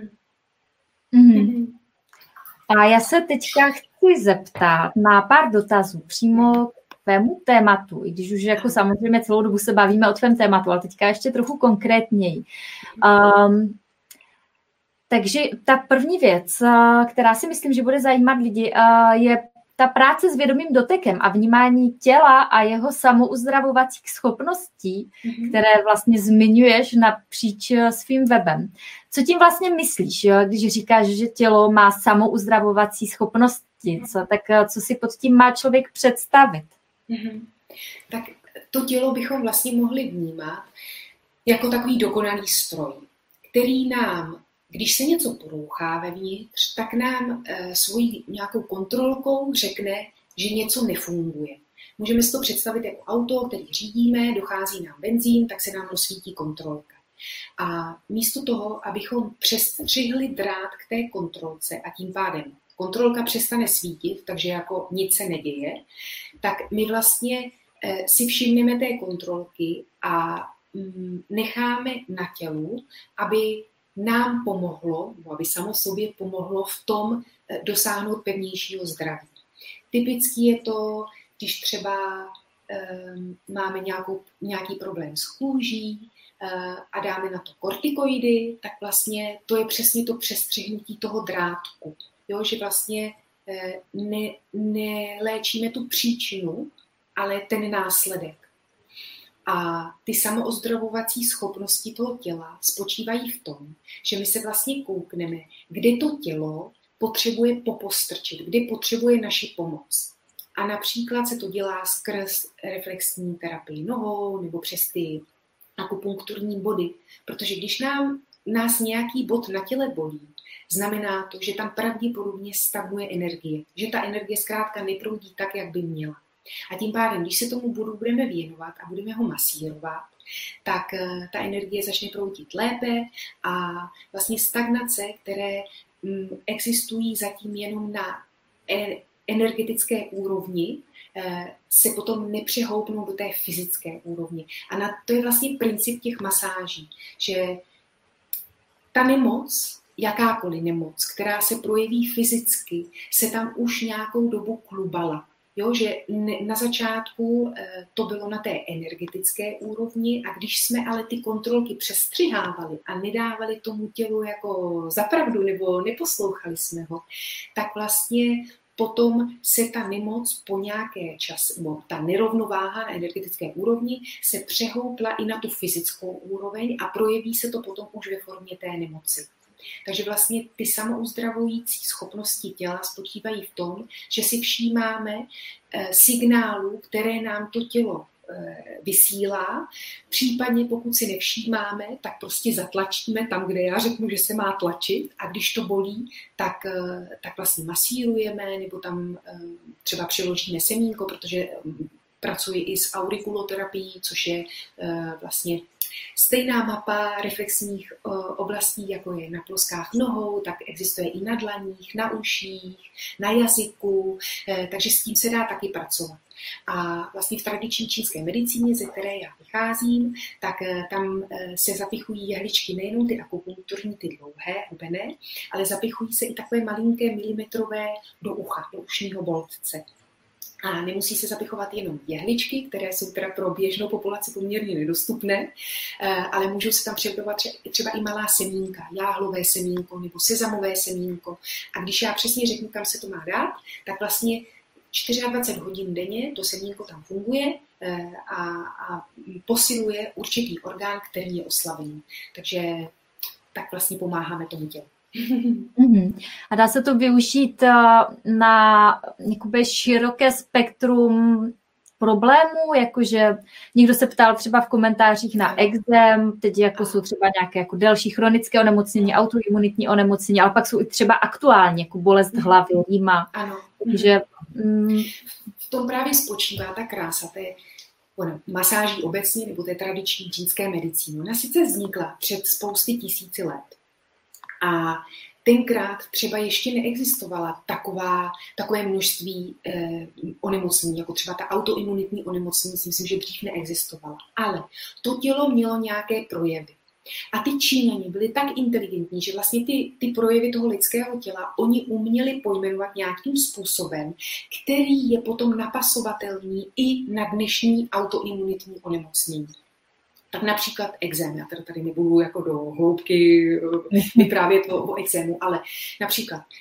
A já se teďka chci zeptat na pár dotazů přímo k tvému tématu, i když už jako samozřejmě celou dobu se bavíme o tvém tématu, ale teďka ještě trochu konkrétněji. Takže ta první věc, která si myslím, že bude zajímat lidi, je ta práce s vědomým dotekem a vnímání těla a jeho samouzdravovacích schopností, které vlastně zmiňuješ napříč svým webem. Co tím vlastně myslíš, když říkáš, že tělo má samouzdravovací schopnosti? Tak co si pod tím má člověk představit? Tak to tělo bychom vlastně mohli vnímat jako takový dokonalý stroj, který nám, když se něco porouchá vevnitř, tak nám svojí nějakou kontrolkou řekne, že něco nefunguje. Můžeme si to představit jako auto, který řídíme, dochází nám benzín, tak se nám rozsvítí kontrolka. A místo toho, abychom přestřihli drát k té kontrolce a tím pádem kontrolka přestane svítit, takže jako nic se neděje, tak my vlastně si všimneme té kontrolky a necháme na tělu, aby nám pomohlo, nebo aby samo sobě pomohlo v tom dosáhnout pevnějšího zdraví. Typicky je to, když třeba máme nějaký problém s kůží a dáme na to kortikoidy, tak vlastně to je přesně to přestřihnutí toho drátku. Jo, že vlastně neléčíme tu příčinu, ale ten následek. A ty samoozdravovací schopnosti toho těla spočívají v tom, že my se vlastně koukneme, kde to tělo potřebuje popostrčit, kde potřebuje naši pomoc. A například se to dělá skrz reflexní terapii nohou nebo přes ty akupunkturní body, protože když nás nějaký bod na těle bolí, znamená to, že tam pravděpodobně stagnuje energie, že ta energie zkrátka neproudí tak, jak by měla. A tím pádem, když se tomu bodu budeme věnovat a budeme ho masírovat, tak ta energie začne proudit lépe a vlastně stagnace, které existují zatím jenom na energetické úrovni, se potom nepřehoupnou do té fyzické úrovně. A to je vlastně princip těch masáží, že ta nemoc, jakákoliv nemoc, která se projeví fyzicky, se tam už nějakou dobu klubala. Jo, že na začátku to bylo na té energetické úrovni a když jsme ale ty kontrolky přestřihávali a nedávali tomu tělu jako za pravdu nebo neposlouchali jsme ho, tak vlastně potom se ta nemoc po nějaké čas, nebo ta nerovnováha na energetické úrovni se přehoupla i na tu fyzickou úroveň a projeví se to potom už ve formě té nemoci. Takže vlastně ty samouzdravující schopnosti těla spočívají v tom, že si všímáme signálů, které nám to tělo vysílá. Případně pokud si nevšímáme, tak prostě zatlačíme tam, kde já řeknu, že se má tlačit a když to bolí, tak vlastně masírujeme nebo tam třeba přiložíme semínko, protože pracuji i s aurikuloterapií, což je vlastně stejná mapa reflexních oblastí, jako je na ploskách nohou, tak existuje i na dlaních, na uších, na jazyku, takže s tím se dá taky pracovat. A vlastně v tradiční čínské medicíně, ze které já vycházím, tak tam se zapichují jehličky nejenom ty akupunkturní, ty dlouhé, hubené, ale zapichují se i takové malinké milimetrové do ucha, do ušního boltce. A nemusí se zapichovat jenom jehličky, které jsou teda pro běžnou populaci poměrně nedostupné, ale můžou se tam přebudovat třeba i malá semínka, jáhlové semínko nebo sezamové semínko. A když já přesně řeknu, kam se to má dát, tak vlastně 24 hodin denně to semínko tam funguje a posiluje určitý orgán, který je oslabený. Takže tak vlastně pomáháme tomu tělu. A dá se to využít na jakoby široké spektrum problémů, jakože někdo se ptal třeba v komentářích na ekzém, teď jako jsou třeba nějaké jako delší chronické onemocnění, autoimunitní onemocnění, ale pak jsou i třeba aktuální, jako bolest hlavy, rýma. Ano. Takže, v tom právě spočívá ta krása té masáží obecně nebo té tradiční čínské medicíny. Ona sice vznikla před spousty tisíci let, a tenkrát třeba ještě neexistovala takové množství onemocnění, jako třeba ta autoimunitní onemocnění, si myslím, že dřív neexistovala. Ale to tělo mělo nějaké projevy. A ty Číňani byli tak inteligentní, že vlastně ty projevy toho lidského těla oni uměli pojmenovat nějakým způsobem, který je potom napasovatelný i na dnešní autoimunitní onemocnění. Tak například ekzém, já tady nebudu jako do hloubky vyprávět o ekzému, ale například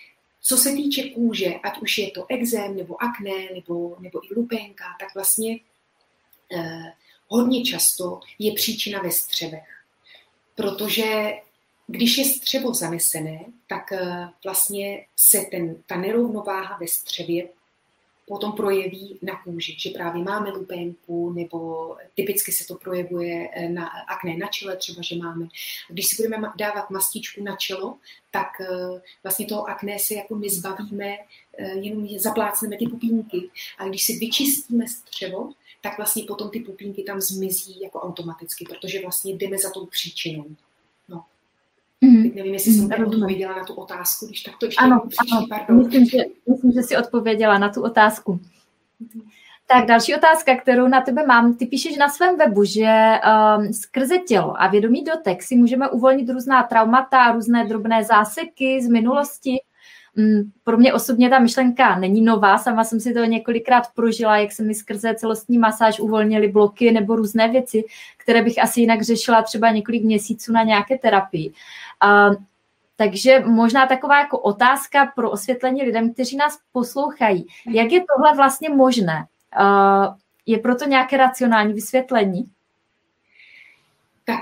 Co se týče kůže, ať už je to ekzém, nebo akné, nebo i lupénka, tak vlastně hodně často je příčina ve střevech. Protože když je střevo zanesené, tak vlastně se ta nerovnováha ve střevě potom projeví na kůži, že právě máme lupénku, nebo typicky se to projevuje na akné na čele, třeba, že máme. Když si budeme dávat mastičku na čelo, tak vlastně toho akné se jako nezbavíme, jenom zaplácneme ty pupínky. A když si vyčistíme střevo, tak vlastně potom ty pupínky tam zmizí jako automaticky, protože vlastně jdeme za tou příčinou. No. Teď nevím, jestli jsem odpověděla na tu otázku, když tak to ještě příští, pardon. Myslím, že jsi odpověděla na tu otázku. Tak další otázka, kterou na tebe mám. Ty píšeš na svém webu, že skrze tělo a vědomý dotek si můžeme uvolnit různá traumata, různé drobné záseky z minulosti. Pro mě osobně ta myšlenka není nová, sama jsem si to několikrát prožila, jak se mi skrze celostní masáž uvolnily bloky nebo různé věci, které bych asi jinak řešila třeba několik měsíců na nějaké terapii. Takže možná taková jako otázka pro osvětlení lidem, kteří nás poslouchají. Jak je tohle vlastně možné? Je proto nějaké racionální vysvětlení? Tak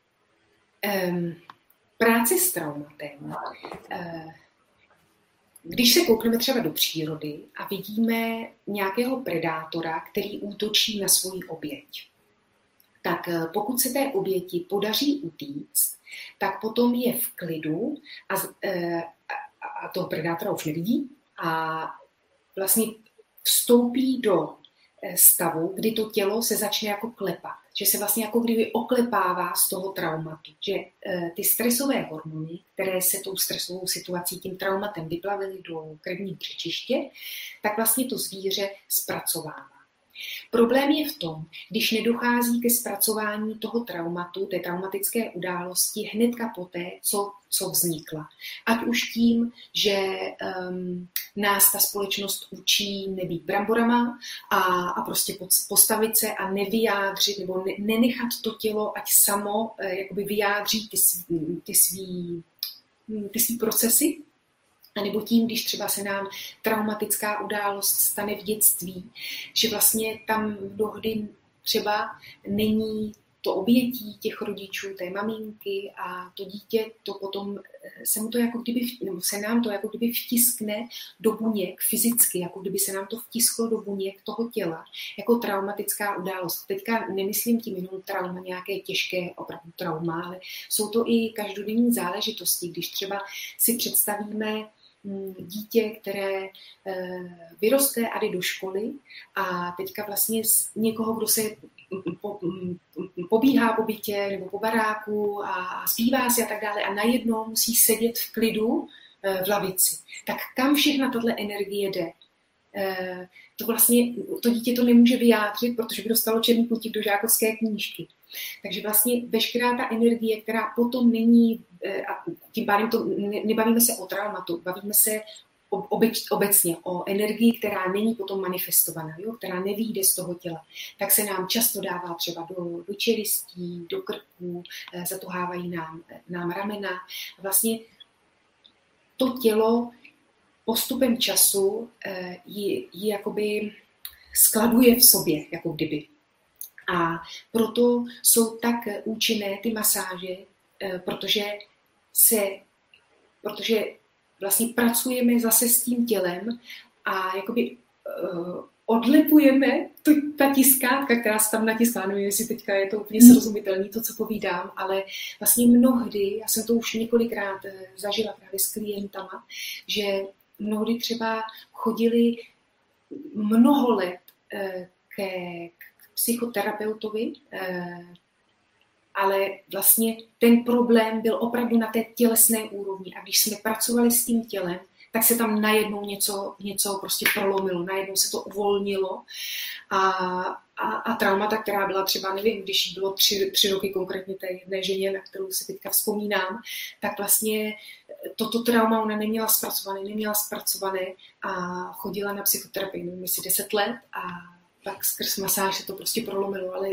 práce s traumatem. Když se koukneme třeba do přírody a vidíme nějakého predátora, který útočí na svoji oběť, tak pokud se té oběti podaří utíct, tak potom je v klidu a toho predátora už nevidí a vlastně vstoupí do stavu, kdy to tělo se začne jako klepat, že se vlastně jako kdyby oklepává z toho traumatu, že ty stresové hormony, které se tou stresovou situací, tím traumatem vyplavily do krevního břičiště, tak vlastně to zvíře zpracovává. Problém je v tom, když nedochází ke zpracování toho traumatu, té traumatické události hnedka poté, co vznikla. Ať už tím, že nás ta společnost učí nebýt bramborama a prostě postavit se a nevyjádřit nebo nenechat to tělo, ať samo jakoby vyjádří ty svý procesy, a nebo tím, když třeba se nám traumatická událost stane v dětství, že vlastně tam mnohdy třeba není to obětí těch rodičů, té maminky a to dítě, to potom se nám to jako kdyby vtiskne do buněk fyzicky, jako kdyby se nám to vtisklo do buněk toho těla, jako traumatická událost. Teďka nemyslím tím jenom trauma, nějaké těžké opravdu trauma, ale jsou to i každodenní záležitosti, když třeba si představíme dítě, které vyroste a jde do školy a teďka vlastně z někoho, kdo se pobíhá po bytě nebo po baráku a zpívá si a tak dále a najednou musí sedět v klidu v lavici. Tak kam všechna tato energie jde? To dítě to nemůže vyjádřit, protože by dostalo černý puntík do žákovské knížky. Takže vlastně veškerá ta energie, která potom není, a tím pádem to nebavíme se o traumatu, bavíme se obecně o energii, která není potom manifestovaná, která nevyjde z toho těla, tak se nám často dává třeba do čelistí, do krku, zatuhávají nám ramena. Vlastně to tělo postupem času ji jakoby skladuje v sobě, jako kdyby. A proto jsou tak účinné ty masáže, protože vlastně pracujeme zase s tím tělem a jakoby odlepujeme ta tiskátka, která se tam natiskla. Nevím, jestli teďka je to úplně srozumitelné, to, co povídám, ale vlastně mnohdy, já jsem to už několikrát zažila právě s klientama, že mnohdy třeba chodili mnoho let k psychoterapeutovi, ale vlastně ten problém byl opravdu na té tělesné úrovni. A když jsme pracovali s tím tělem, tak se tam najednou něco prostě prolomilo, najednou se to uvolnilo a traumata, která byla třeba, nevím, když bylo 3 roky konkrétně té jedné ženě, na kterou se teďka vzpomínám, tak vlastně toto trauma ona neměla zpracované a chodila na psychoterapii, nevím, jestli 10 let a tak skrz masáž se to prostě prolomilo, ale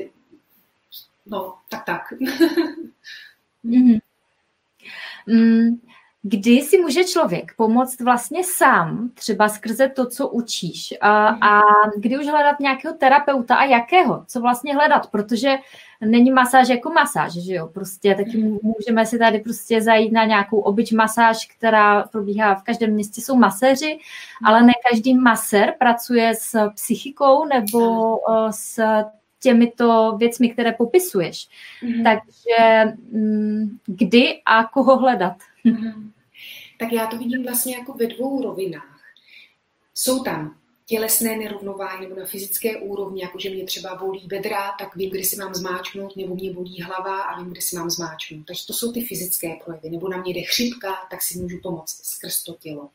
no, tak. Kdy si může člověk pomoct vlastně sám, třeba skrze to, co učíš, a kdy už hledat nějakého terapeuta a jakého, co vlastně hledat, protože není masáž jako masáž, že jo, prostě taky můžeme si tady prostě zajít na nějakou obyč masáž, která probíhá v každém městě, jsou maséři, ale ne každý masér pracuje s psychikou nebo s těmito věcmi, které popisuješ. Takže kdy a koho hledat? Tak já to vidím vlastně jako ve dvou rovinách. Jsou tam tělesné nerovnováhy nebo na fyzické úrovni, jakože mě třeba bolí bedra, tak vím, kde si mám zmáčknout, nebo mě bolí hlava a vím, kde si mám zmáčknout. Takže to jsou ty fyzické projevy. Nebo na mě jde chřipka, tak si můžu pomoct skrz to tělo.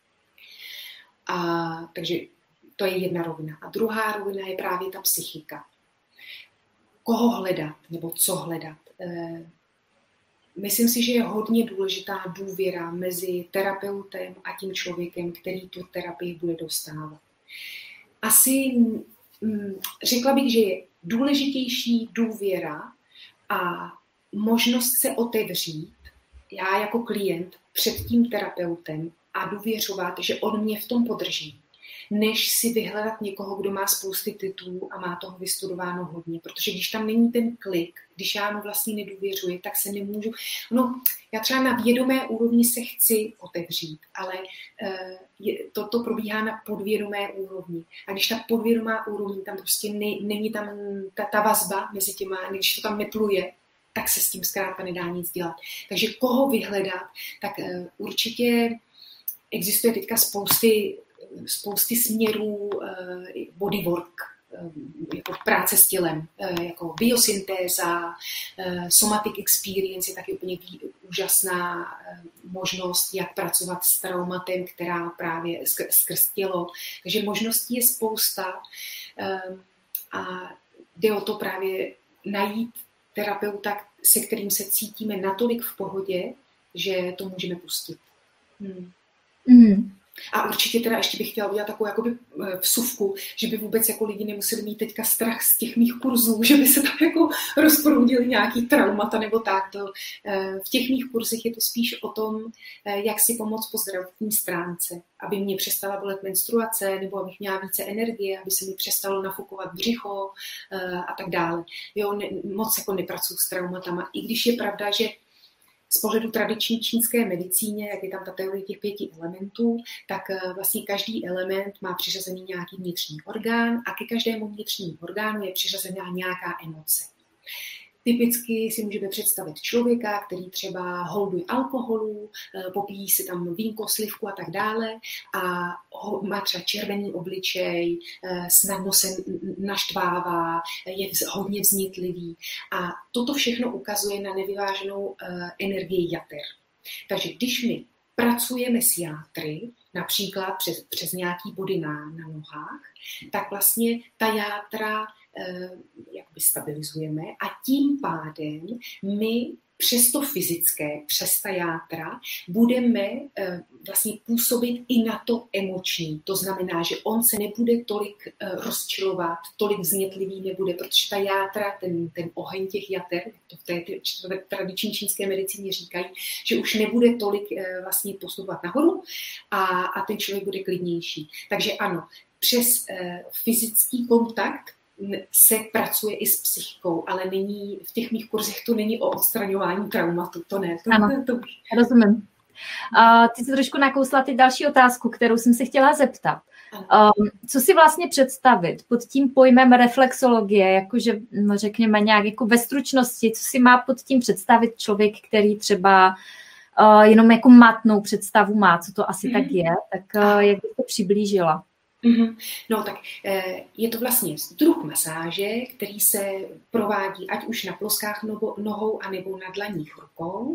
Takže to je jedna rovina. A druhá rovina je právě ta psychika. Koho hledat, nebo co hledat? Myslím si, že je hodně důležitá důvěra mezi terapeutem a tím člověkem, který tu terapii bude dostávat. Asi řekla bych, že je důležitější důvěra a možnost se otevřít, já jako klient, před tím terapeutem a důvěřovat, že on mě v tom podrží, než si vyhledat někoho, kdo má spousty titulů a má toho vystudováno hodně. Protože když tam není ten klik, když já mu vlastně nedůvěřuji, tak se nemůžu... Já třeba na vědomé úrovni se chci otevřít, ale to probíhá na podvědomé úrovni. A když ta podvědomá úroveň, tam prostě není tam ta vazba mezi těma, když to tam nepluje, tak se s tím zkrátka nedá nic dělat. Takže koho vyhledat, tak určitě existuje teďka spousty směrů bodywork, jako práce s tělem, jako biosyntéza, somatic experience je taky úplně úžasná možnost, jak pracovat s traumatem, která právě skrz tělo. Takže možností je spousta a jde o to právě najít terapeuta, se kterým se cítíme natolik v pohodě, že to můžeme pustit. A určitě teda ještě bych chtěla udělat takovou jakoby vsuvku, že by vůbec jako lidi nemuseli mít teďka strach z těch mých kurzů, že by se tam jako rozproudili nějaký traumata nebo tak. V těch mých kurzech je to spíš o tom, jak si pomoct po zdravotní stránce, aby mě přestala bolet menstruace, nebo abych měla více energie, aby se mi přestalo nafukovat břicho a tak dále. Jo, moc jako nepracuji s traumatama, i když je pravda, že z pohledu tradiční čínské medicíně, jak je tam ta teorie těch 5 elementů, tak vlastně každý element má přiřazený nějaký vnitřní orgán a ke každému vnitřnímu orgánu je přiřazená nějaká emoce. Typicky si můžeme představit člověka, který třeba holduje alkoholu, popíjí si tam vínko, slivku a tak dále a má třeba červený obličej, snadno se naštvává, je hodně vznitlivý. A toto všechno ukazuje na nevyváženou energii jater. Takže když my pracujeme s játry, například přes nějaký body na nohách, tak vlastně ta játra jakoby stabilizujeme a tím pádem my přes to fyzické, přes ta játra budeme vlastně působit i na to emoční. To znamená, že on se nebude tolik rozčilovat, tolik vznětlivý nebude, protože ta játra, ten oheň těch jater, to v té tradiční čínské medicíně říkají, že už nebude tolik vlastně postupovat nahoru a ten člověk bude klidnější. Takže ano, přes fyzický kontakt se pracuje i s psychikou, ale v těch mých kurzech to není o odstraňování traumatu, to ne. Ano, rozumím. Ty jsi trošku nakousla ty další otázku, kterou jsem se chtěla zeptat. Co si vlastně představit pod tím pojmem reflexologie, jakože řekněme nějak jako ve stručnosti, co si má pod tím představit člověk, který třeba jenom jako matnou představu má, co to asi tak je, tak jak bych to přiblížila? No tak je to vlastně druh masáže, který se provádí ať už na ploskách nohou anebo na dlaních rukou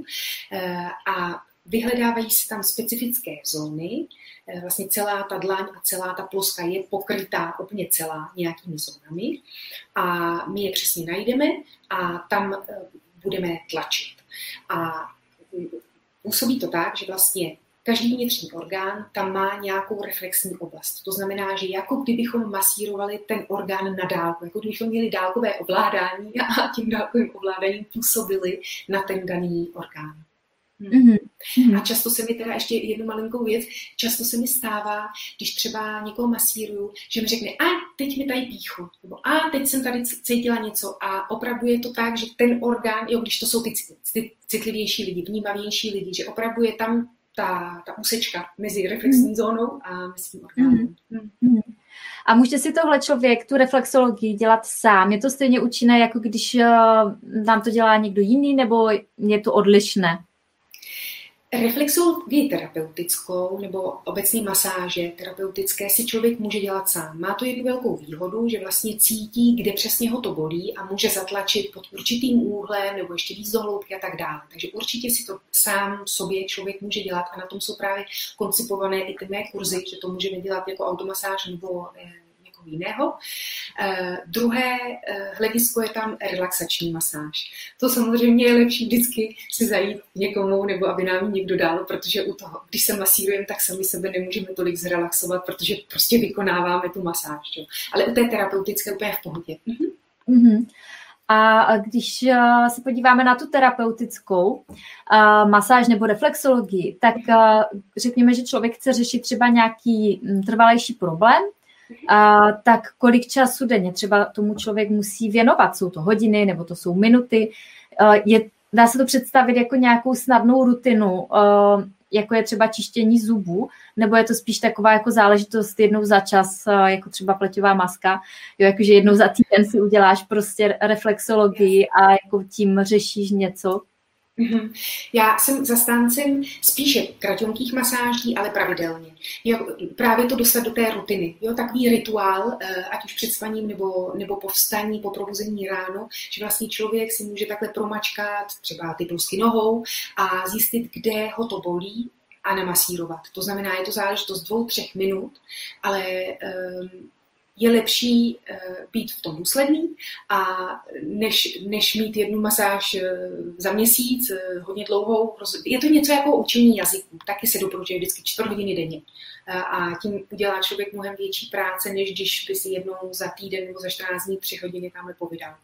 a vyhledávají se tam specifické zóny. Vlastně celá ta dlaň a celá ta ploska je pokrytá úplně celá nějakými zónami a my je přesně najdeme a tam budeme tlačit. A působí to tak, že vlastně každý vnitřní orgán tam má nějakou reflexní oblast. To znamená, že jako kdybychom masírovali ten orgán na dálku, jako kdybychom měli dálkové ovládání a tím dálkovým ovládáním působili na ten daný orgán. A často se mi teda ještě jednu malinkou věc, často se mi stává, když třeba někoho masíruju, že mi řekne, a teď mi tady píchlo, nebo a teď jsem tady cítila něco a opravdu je to tak, že ten orgán, jo, když to jsou ty citlivější lidi, vnímavější lidi, že opravdu je tam ta úsečka mezi reflexní zónou a mezi tím orgánem. A může si tohle člověk, tu reflexologii dělat sám? Je to stejně účinné, jako když nám to dělá někdo jiný, nebo je to odlišné? Reflexologii terapeutickou nebo obecně masáže terapeutické si člověk může dělat sám. Má to jednu velkou výhodu, že vlastně cítí, kde přesně ho to bolí a může zatlačit pod určitým úhlem nebo ještě víc do hloubky a tak dále. Takže určitě si to sám sobě člověk může dělat a na tom jsou právě koncipované i ty mé kurzy, že to můžeme dělat jako automasáž nebo jiného. Druhé hledisko je tam relaxační masáž. To samozřejmě je lepší vždycky si zajít někomu, nebo aby nám ji někdo dal, protože u toho, když se masírujeme, tak sami sebe nemůžeme tolik zrelaxovat, protože prostě vykonáváme tu masáž. Jo. Ale u té terapeutické úplně v pohodě. A když se podíváme na tu terapeutickou masáž nebo reflexologii, tak řekněme, že člověk chce řešit třeba nějaký trvalejší problém, tak kolik času denně třeba tomu člověk musí věnovat? Jsou to hodiny nebo to jsou minuty? Dá se to představit jako nějakou snadnou rutinu, jako je třeba čištění zubů, nebo je to spíš taková jako záležitost jednou za čas, jako třeba pleťová maska, jo, jakože jednou za týden si uděláš prostě reflexologii a jako tím řešíš něco? Já jsem zastáncem spíše kratonkých masáží, ale pravidelně. Jo, právě to dostat do té rutiny. Jo, takový rituál, ať už před spaním nebo po vstání, po probuzení ráno, že vlastně člověk si může takhle promačkat třeba ty brusky nohou a zjistit, kde ho to bolí a namasírovat. To znamená, je to záležitost 2-3 minut, ale je lepší být v tom důsledný a než mít jednu masáž za měsíc, hodně dlouhou. Je to něco jako učení jazyků. Taky se doporučuje vždycky 4 hodiny denně. A tím udělá člověk mnohem větší práce, než když by si jednou za týden nebo za 14 dní 3 hodiny tamhle povídal.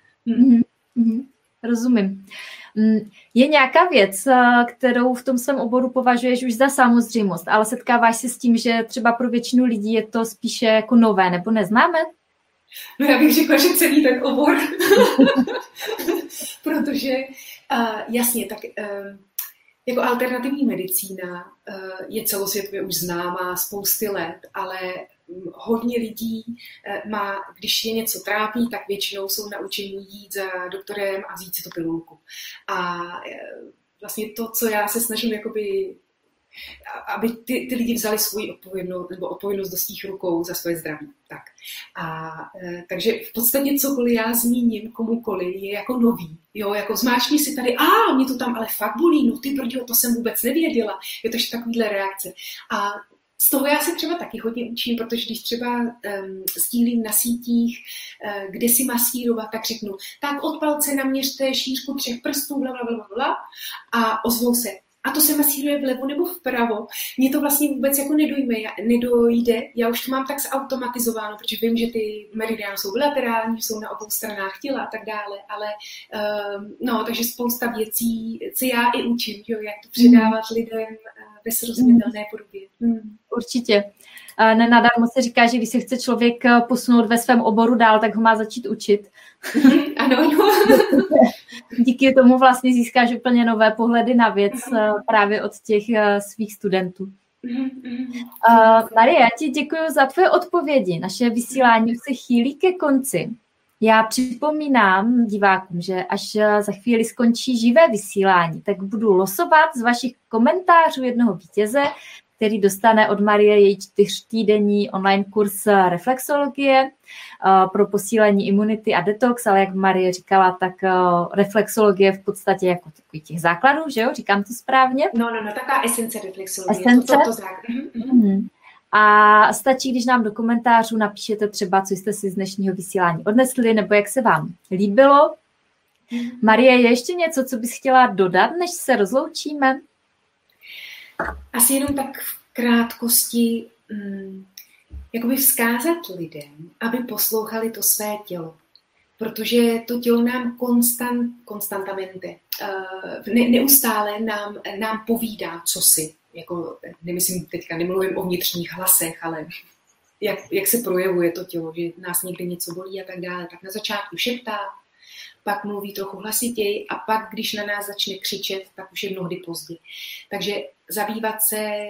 Rozumím. Je nějaká věc, kterou v tom svém oboru považuješ už za samozřejmost, ale setkáváš se s tím, že třeba pro většinu lidí je to spíše jako nové nebo neznáme? No já bych řekla, že celý ten obor. Protože jasně, tak jako alternativní medicína je celosvětově už známá spousty let, ale hodně lidí má, když je něco trápí, tak většinou jsou naučení jít za doktorem a vzít si to pilulku. A vlastně to, co já se snažím, jakoby, aby ty lidi vzali svoji odpovědnost do svých rukou za svoje zdraví. Tak. Takže v podstatě cokoliv já zmíním komukoliv je jako nový. Jo, jako zmáčkni si tady, mě to tam ale fakt bolí, no ty brďo, to jsem vůbec nevěděla. Je to takovýhle reakce. A z toho já se třeba taky hodně učím, protože když třeba sdílím na sítích, kde si masírovat, tak řeknu, tak od palce naměřte šířku 3 prstů, blablabla, a ozvou se. A to se masíruje vlevo nebo vpravo. Mně to vlastně vůbec jako nedojde. Já už to mám tak zautomatizováno, protože vím, že ty meridiány jsou bilaterální, jsou na obou stranách těla a tak dále, ale takže spousta věcí, co já i učím, jo, jak to předávat lidem ve srozumitelné podobě. Určitě. Nenadarmo se říká, že když se chce člověk posunout ve svém oboru dál, tak ho má začít učit. Ano. Díky tomu vlastně získáš úplně nové pohledy na věc právě od těch svých studentů. Marie, já ti děkuji za tvoje odpovědi. Naše vysílání se chýlí ke konci. Já připomínám divákům, že až za chvíli skončí živé vysílání, tak budu losovat z vašich komentářů jednoho vítěze, který dostane od Marie její 4týdenní online kurz reflexologie pro posílení imunity a detox, ale jak Marie říkala, tak reflexologie v podstatě jako takový těch základů, že jo? Říkám to správně? No, taková esence reflexologie. Esence? A stačí, když nám do komentářů napíšete třeba, co jste si z dnešního vysílání odnesli, nebo jak se vám líbilo. Marie, je ještě něco, co bys chtěla dodat, než se rozloučíme? Asi jenom tak v krátkosti jakoby vzkázat lidem, aby poslouchali to své tělo. Protože to tělo nám konstantamente neustále nám povídá cosi. Jako, nemyslím teďka, nemluvím o vnitřních hlasech, ale jak se projevuje to tělo, že nás někde něco bolí a tak dále. Tak na začátku šeptá, pak mluví trochu hlasitěji a pak, když na nás začne křičet, tak už je mnohdy pozdě. Takže zabývat se,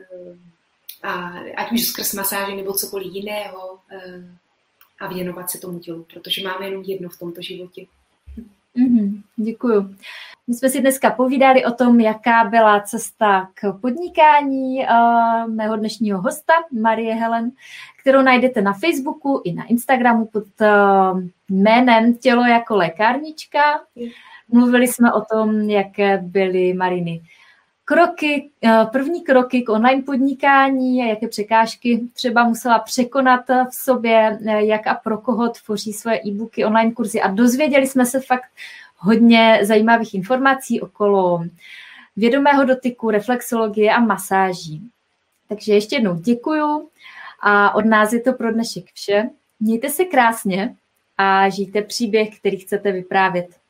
ať už skrz masáže nebo cokoliv jiného, a věnovat se tomu tělu, protože máme jenom jedno v tomto životě. Děkuju. My jsme si dneska povídali o tom, jaká byla cesta k podnikání mého dnešního hosta, Marie Helen, kterou najdete na Facebooku i na Instagramu pod jménem Tělo jako lékárnička. Mluvili jsme o tom, jaké byly Mariny první kroky k online podnikání a jaké překážky třeba musela překonat v sobě, jak a pro koho tvoří svoje e-booky, online kurzy a dozvěděli jsme se fakt hodně zajímavých informací okolo vědomého dotyku, reflexologie a masáží. Takže ještě jednou děkuju a od nás je to pro dnešek vše. Mějte se krásně a žijte příběh, který chcete vyprávět.